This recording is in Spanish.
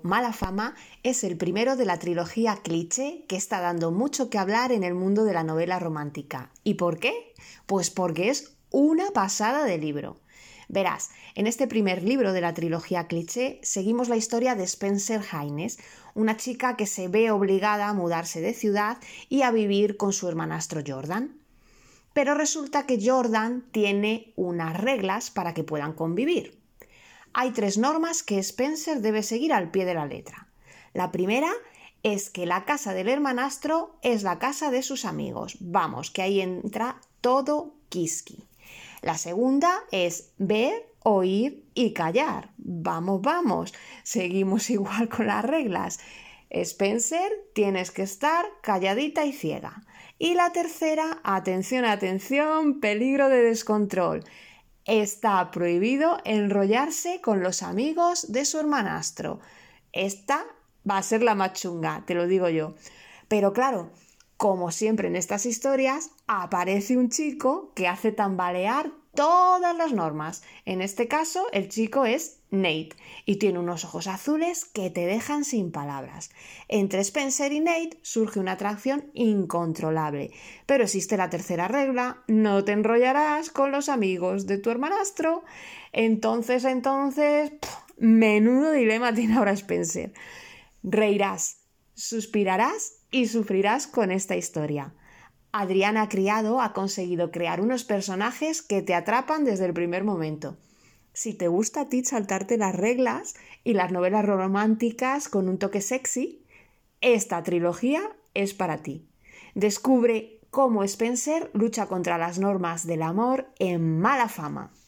Mala Fama es el primero de la trilogía Cliché que está dando mucho que hablar en el mundo de la novela romántica. ¿Y por qué? Pues porque es una pasada de libro. Verás, en este primer libro de la trilogía Cliché seguimos la historia de Spencer Haynes, una chica que se ve obligada a mudarse de ciudad y a vivir con su hermanastro Jordan. Pero resulta que Jordan tiene unas reglas para que puedan convivir. Hay 3 normas que Spencer debe seguir al pie de la letra. La primera es que la casa del hermanastro es la casa de sus amigos. Vamos, que ahí entra todo Kiski. La segunda es ver, oír y callar. Vamos, seguimos igual con las reglas. Spencer, tienes que estar calladita y ciega. Y la tercera, atención, peligro de descontrol. Está prohibido enrollarse con los amigos de su hermanastro. Esta va a ser la más chunga, te lo digo yo. Pero claro, como siempre en estas historias, aparece un chico que hace tambalear todas las normas. En este caso, el chico es Nate y tiene unos ojos azules que te dejan sin palabras. Entre Spencer y Nate surge una atracción incontrolable. Pero existe la tercera regla: no te enrollarás con los amigos de tu hermanastro. Entonces, menudo dilema tiene ahora Spencer. Reirás, suspirarás y sufrirás con esta historia. Adriana Criado ha conseguido crear unos personajes que te atrapan desde el primer momento. Si te gusta a ti saltarte las reglas y las novelas románticas con un toque sexy, esta trilogía es para ti. Descubre cómo Spencer lucha contra las normas del amor en Mala Fama.